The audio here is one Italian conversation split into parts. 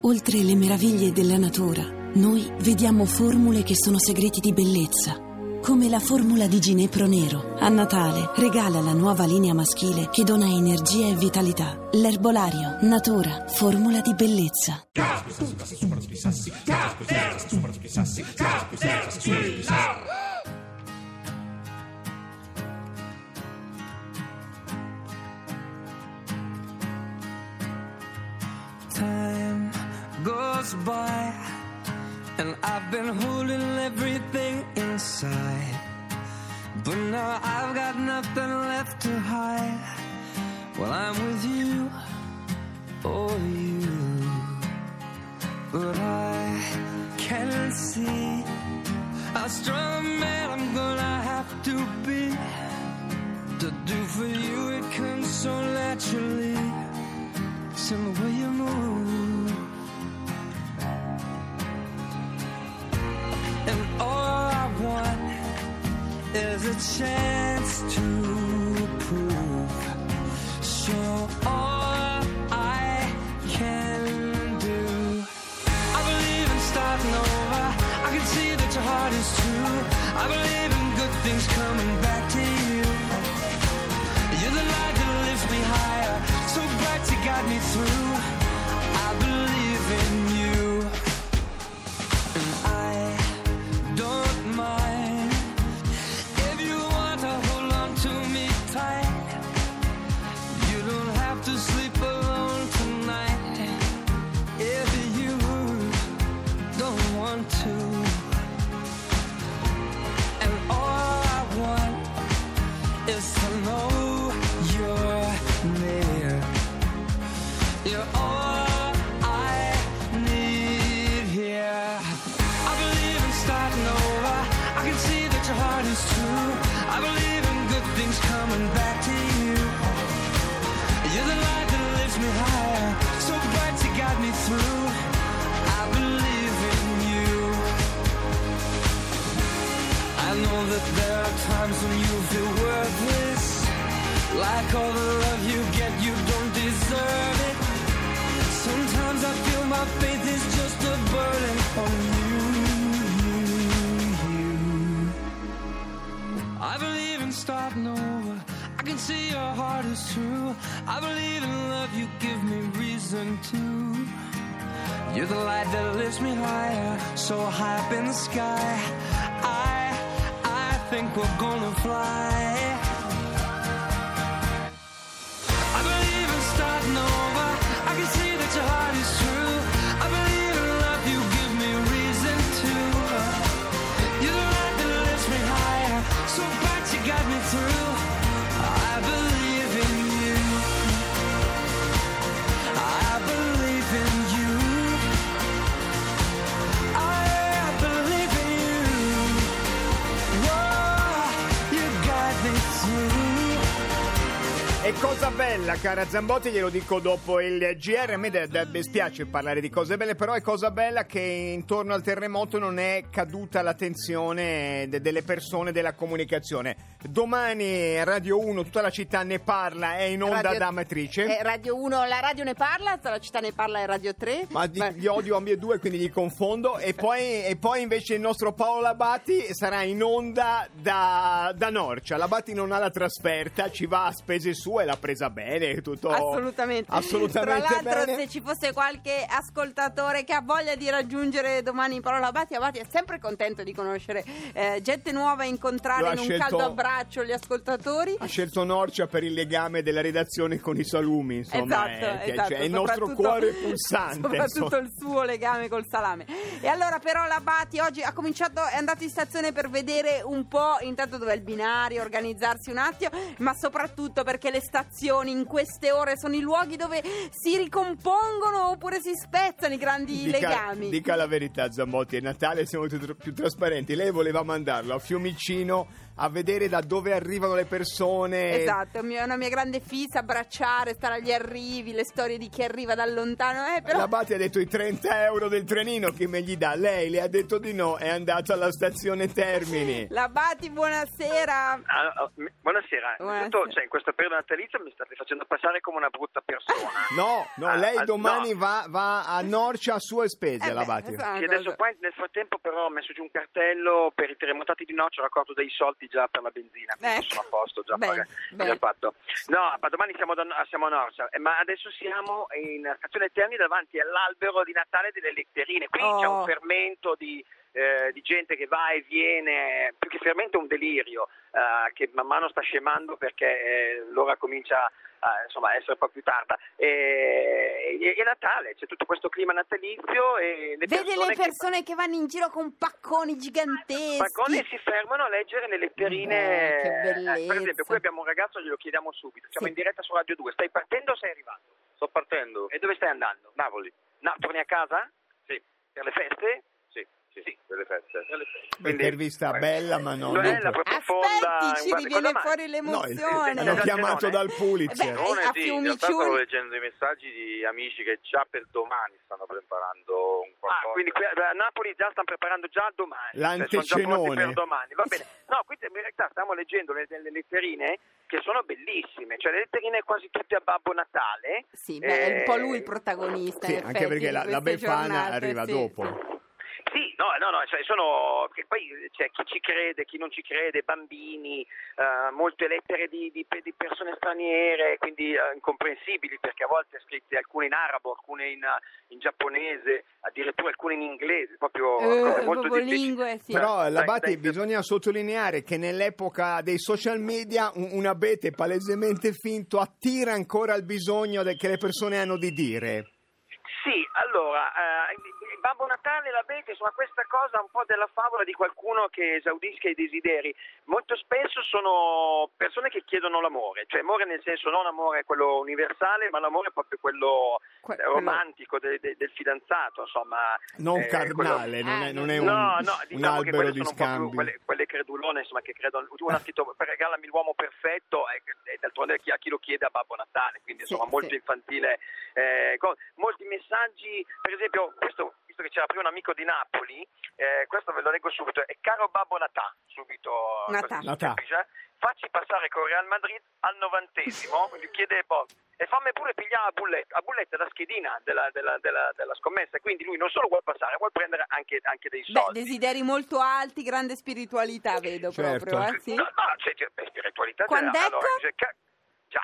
Oltre le meraviglie della natura, noi vediamo formule che sono segreti di bellezza. Come la formula di Ginepro Nero. A Natale regala la nuova linea maschile che dona energia e vitalità. L'erbolario, natura, formula di bellezza. Time goes by and I've been holding everything inside, but now I've got nothing left to hide. Well, I'm with you, oh you, but I can't see how strong a man I'm gonna have to be to do for you. It comes so naturally, it's in the way you move. And all I want is a chance to prove. So all I can do, I believe in starting over. I can see that your heart is true. I believe in good things coming back to you. You're the light that lifts me higher, so bright you got me through. I believe in you, and I don't mind if you want to hold on to me tight. You don't have to sleep alone tonight if you don't want to. And all I want is to know you're near. You're all I need here. I believe in starting over. I can see that your heart is true. I believe in good things coming back to you. You're the light that lifts me higher, so bright you got me through. I believe in you. I know that there are times when you feel worthless, like all the love you get you don't deserve it. Sometimes I feel my faith is just a burden on you. I believe in starting over. I can see your heart is true. I believe in love, you give me reason to. You're the light that lifts me higher, so high up in the sky. I think we're gonna fly. I believe in starting over. I can see that your heart is true. I believe in love, you give me reason to. You're the light that lifts me higher, so bright you got me through. I believe in you. I believe in you. I believe in you. Whoa, you got me through. E cosa bella, cara Zambotti, glielo dico dopo il GR. A me spiace parlare di cose belle, però è cosa bella che intorno al terremoto non è caduta l'attenzione delle persone, della comunicazione. Domani Radio 1, tutta la città ne parla, è in onda da Amatrice. Radio 1, la radio ne parla, tutta la città ne parla è Radio 3. Ma li odio ambedue, quindi li confondo. E poi invece il nostro Paolo Labati sarà in onda da Norcia. Labati non ha la trasferta, ci va a spese sue, l'ha presa bene, tutto assolutamente Tra l'altro, bene. Se ci fosse qualche ascoltatore che ha voglia di raggiungere domani Paolo Labati è sempre contento di conoscere gente nuova, incontrare in un caldo abbraccio gli ascoltatori. Ha scelto Norcia per il legame della redazione con i salumi, insomma. Esatto. Cioè, il nostro cuore pulsante, soprattutto il suo legame col salame. E allora però Labati oggi è andato in stazione per vedere un po' intanto dov'è il binario, organizzarsi un attimo, ma soprattutto perché le stazioni in queste ore sono i luoghi dove si ricompongono oppure si spezzano i grandi legami. Dica la verità, Zambotti, è Natale, siamo più trasparenti. Lei voleva mandarlo a Fiumicino a vedere da dove arrivano le persone. Esatto, è una mia grande fissa, abbracciare, stare agli arrivi, le storie di chi arriva da lontano. Però... L'Abate ha detto i 30 euro del trenino, chi me gli dà? Lei le ha detto di no, è andato alla stazione Termini. L'Abati, buonasera. Buonasera. Innanzitutto, cioè, in questo periodo natalizio mi state facendo passare come una brutta persona. No, lei domani va a Norcia a sue spese, l'Abate. Sì, adesso poi nel frattempo però ho messo giù un cartello per i terremotati di Norcia, ho raccolto dei soldi già per la benzina, quindi sono a posto, già fatto. No, ma domani siamo a Norcia, ma adesso siamo in stazione Termini davanti all'albero di Natale delle letterine. Qui c'è un fermento di gente che va e viene, più che fermento è un delirio che man mano sta scemando perché l'ora comincia a essere un po' più tarda. E Natale, c'è tutto questo clima natalizio e vede le persone che vanno in giro con pacconi giganteschi. Pacconi si fermano a leggere le letterine. Che bellezza. Per esempio, qui abbiamo un ragazzo, glielo chiediamo subito. Siamo in diretta su Radio 2. Stai partendo o sei arrivato? Sto partendo. E dove stai andando? Napoli. Torni a casa? Sì. Per le feste? Sì, per le feste. Intervista bella, ma non bella, proprio profonda. Aspetti, ci riviene fuori l'emozione. Hanno chiamato dal Pulitzer. a In realtà Fiumicino. stavo leggendo i messaggi di amici che già per domani stanno preparando un qualcosa. Quindi qui a Napoli già stanno preparando già domani. L'antecenone. Sono già pronti per domani, va bene. No, qui in realtà stiamo leggendo le letterine che sono bellissime, cioè le letterine quasi tutte a Babbo Natale. Sì, è un po' lui il protagonista. Sì, in anche effetti, perché la Befana arriva dopo. Sì, no, cioè sono che poi c'è chi ci crede, chi non ci crede, bambini, molte lettere di persone straniere, quindi incomprensibili perché a volte scritte alcune in arabo, alcune in giapponese, addirittura alcune in inglese, proprio cose molto difficili. Lingue, sì. Però l'Abate bisogna sottolineare che nell'epoca dei social media un abete palesemente finto attira ancora il bisogno che le persone hanno di dire. Sì, allora, Babbo Natale e l'abete, insomma, questa cosa un po' della favola di qualcuno che esaudisca i desideri. Molto spesso sono persone che chiedono l'amore, cioè amore nel senso non amore quello universale, ma l'amore proprio quello romantico del fidanzato, insomma. Non carnale, non è un diciamo albero che di sono scambi. un po' più quelle credulone, insomma, che credono, uno ha scritto regalami l'uomo perfetto e d'altronde a chi lo chiede a Babbo Natale, quindi insomma molto infantile. Molti messaggi, per esempio questo, visto che c'era prima un amico di Napoli, questo ve lo leggo subito, è caro Babbo Natà, subito semplice, facci passare con Real Madrid al 90esimo, quindi chiede e fammi pure pigliare a bulletta la schedina della scommessa, quindi lui non solo vuole passare, vuole prendere anche dei soldi. Desideri molto alti, grande spiritualità vedo proprio, sì? No, c'è spiritualità. Quando già.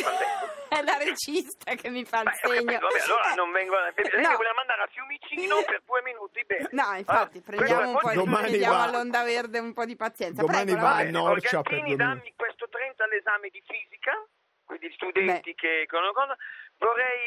È la regista che mi fa il segno. Allora non vengo. Volevo mandare a Fiumicino per 2 minuti. Bene. No, infatti, prendiamo un po' vediamo all'onda verde un po' di pazienza. Domani va a Norcia per 2 minuti. Dammi questo 30 all'esame di fisica, quindi studenti che conoscono. Vorrei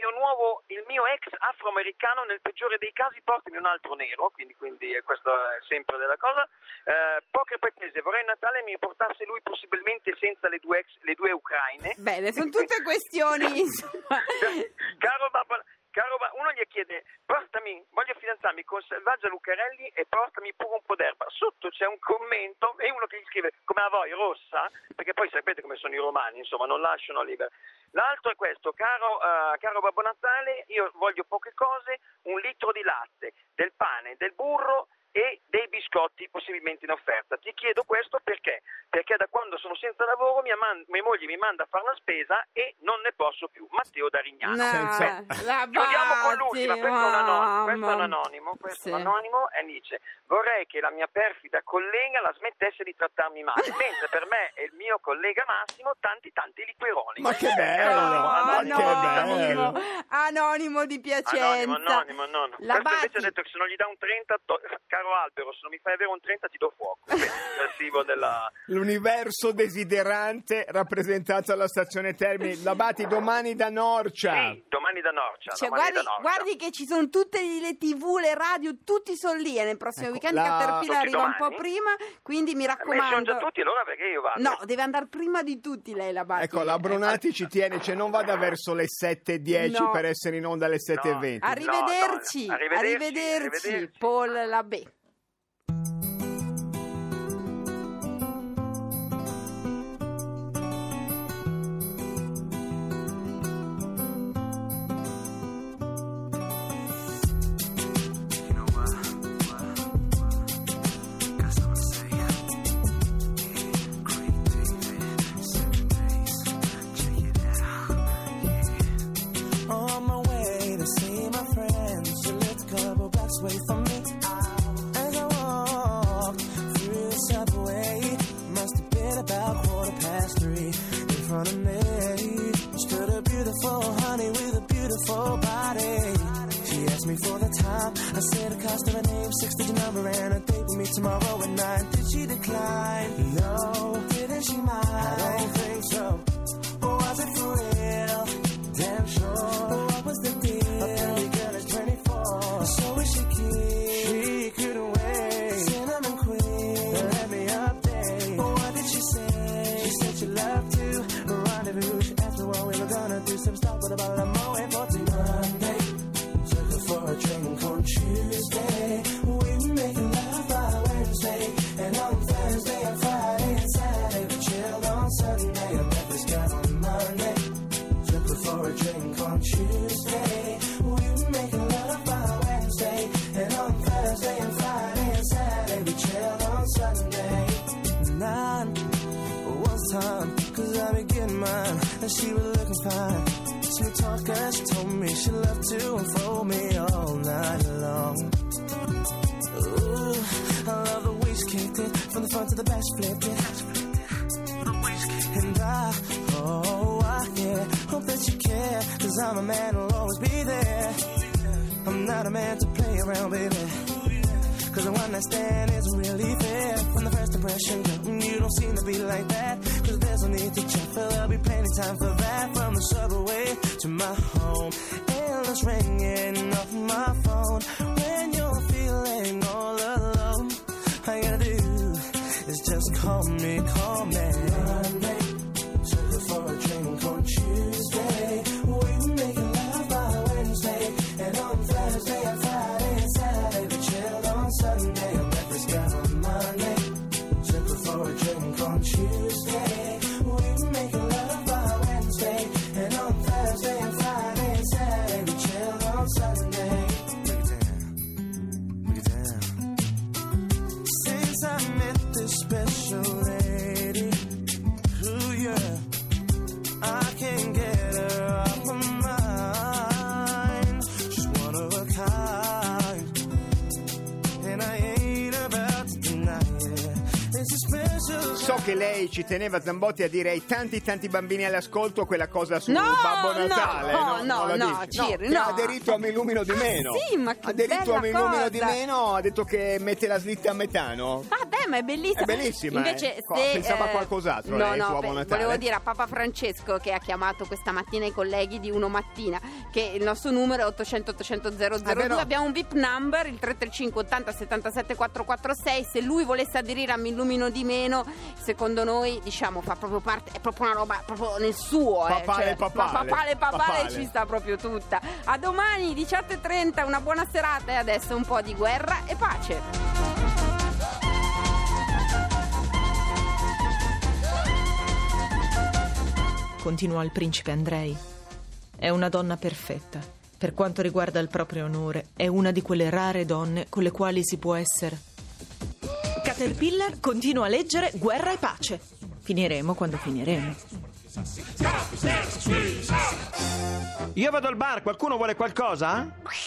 il mio ex afroamericano nel peggiore dei casi portami un altro nero, quindi questo è sempre della cosa. Poche pretese, vorrei Natale mi portasse lui possibilmente senza le due ucraine. Bene, sono tutte questioni insomma. Caro, uno gli chiede voglio fidanzarmi con Selvaggia Lucarelli e portami pure un po' d'erba. Sotto c'è un commento e uno che gli scrive come a voi, rossa, perché poi sapete come sono i romani, insomma, non lasciano libera. L'altro è questo, caro Babbo Natale, io voglio poche cose, 1 litro di latte, del pane, del burro e dei biscotti possibilmente in offerta. Ti chiedo questo perché da quando sono senza lavoro mia moglie mi manda a fare la spesa e non ne posso più. Matteo da Rignano. Chiudiamo con l'ultima, questo è un anonimo, un anonimo e dice vorrei che la mia perfida collega la smettesse di trattarmi male, mentre per me e il mio collega Massimo tanti liquironi. Ma che bello! Anonimo di Piacenza. Anonimo. Questo invece ha detto che se non gli dà un 30, caro Albero, se non mi fai avere un 30 ti do fuoco. L'universo desiderante rappresentato alla stazione Termini. L'Abati domani da Norcia. Sì, domani da Norcia. Cioè, guardi che ci sono tutte le TV, le radio, tutti sono lì nel prossimo weekend. Caterpillar arriva un po' prima, quindi mi raccomando. Sono già tutti, allora perché io vado? No, deve andare prima di tutti lei, l'Abati. Ecco, la Bronati ci tiene, cioè non vada verso le 7:10 per essere in onda alle 7:20. Arrivederci. Paul Labé. this way for me. As I walk through the subway, must have been about 3:15. In front of me stood a beautiful honey with a beautiful body. She asked me for the time. I said the cost of her name, 6-digit number, and a date with me tomorrow at 9. Did she decline? No. Didn't she mind? I don't think so. Was it for real? Damn sure. What was the deal? A pretty girl is 24. So is she cute? She couldn't wait. Cinnamon queen, let me update. What did she say? She said she loved to rendezvous. She asked me what we were gonna do. Some stuff with a bottle of Moet for Monday. Took her for a drink on Tuesday. We were making love by Wednesday. And on Thursday and Friday and Saturday we chilled on Sunday. I met this guy on Monday. Took her for a drink on Tuesday. We were making love by Wednesday. And on Thursday and Friday and Saturday we chilled on Sunday. 9 was time, 'cause I be getting mine. And she was looking fine. Sweet talker, she told me she loved to unfold me all night long. Ooh, I love the way she kicked it. From the front to the back she flipped it. And yeah, hope that you care, 'cause I'm a man who'll always be there. I'm not a man to play around, baby, 'cause the one night stand isn't really fair. From the first impression, girl, you don't seem to be like that. 'Cause there's no need to check, but there'll be plenty time for that. From the subway to my home, endless ringing off my phone. When you're feeling all alone, all you gotta do is just call me, call me. Monday, took her for a drink on Tuesday. We were making love by Wednesday. And on Thursday and Friday and Saturday we chilled on Sunday. I met this guy on Monday. Took her for a drink on Tuesday. We were making love by Wednesday. And on Thursday and Friday and Saturday we chilled on Sunday. Look it down. Since I met this special lady, ooh yeah, I can't get her off my mind. She's one of a kind, and I ain't about to deny it. It's a special. So che lei ci teneva, Zambotti, a dire ai tanti bambini all'ascolto quella cosa sul No, Babbo Natale. no, Non la no, dici? Ciri, che no. ha aderito a Mi Illumino di Meno. Sì, ma che ha aderito a Mi bella Illumino di cosa. Meno, ha detto che mette la slitta a metano. Vabbè, ma è bellissima. È bellissima. Invece, Pensava a qualcos'altro lei su Babbo Natale. volevo dire a Papa Francesco, che ha chiamato questa mattina i colleghi di Uno Mattina, che il nostro numero è 800 800 002. no. Abbiamo un VIP number, il 335 80 77 446. Se lui volesse aderire a Mi Illumino di Meno, secondo noi, diciamo, fa proprio parte, è proprio una roba proprio nel suo, Papale, papale, papale. ci sta proprio tutta. A domani 18:30, una buona serata, e adesso un po' di guerra e pace. Continuò il principe Andrei. È una donna perfetta. Per quanto riguarda il proprio onore, è una di quelle rare donne con le quali si può essere. Caterpillar continua a leggere Guerra e pace. Finiremo quando finiremo. Io vado al bar, qualcuno vuole qualcosa?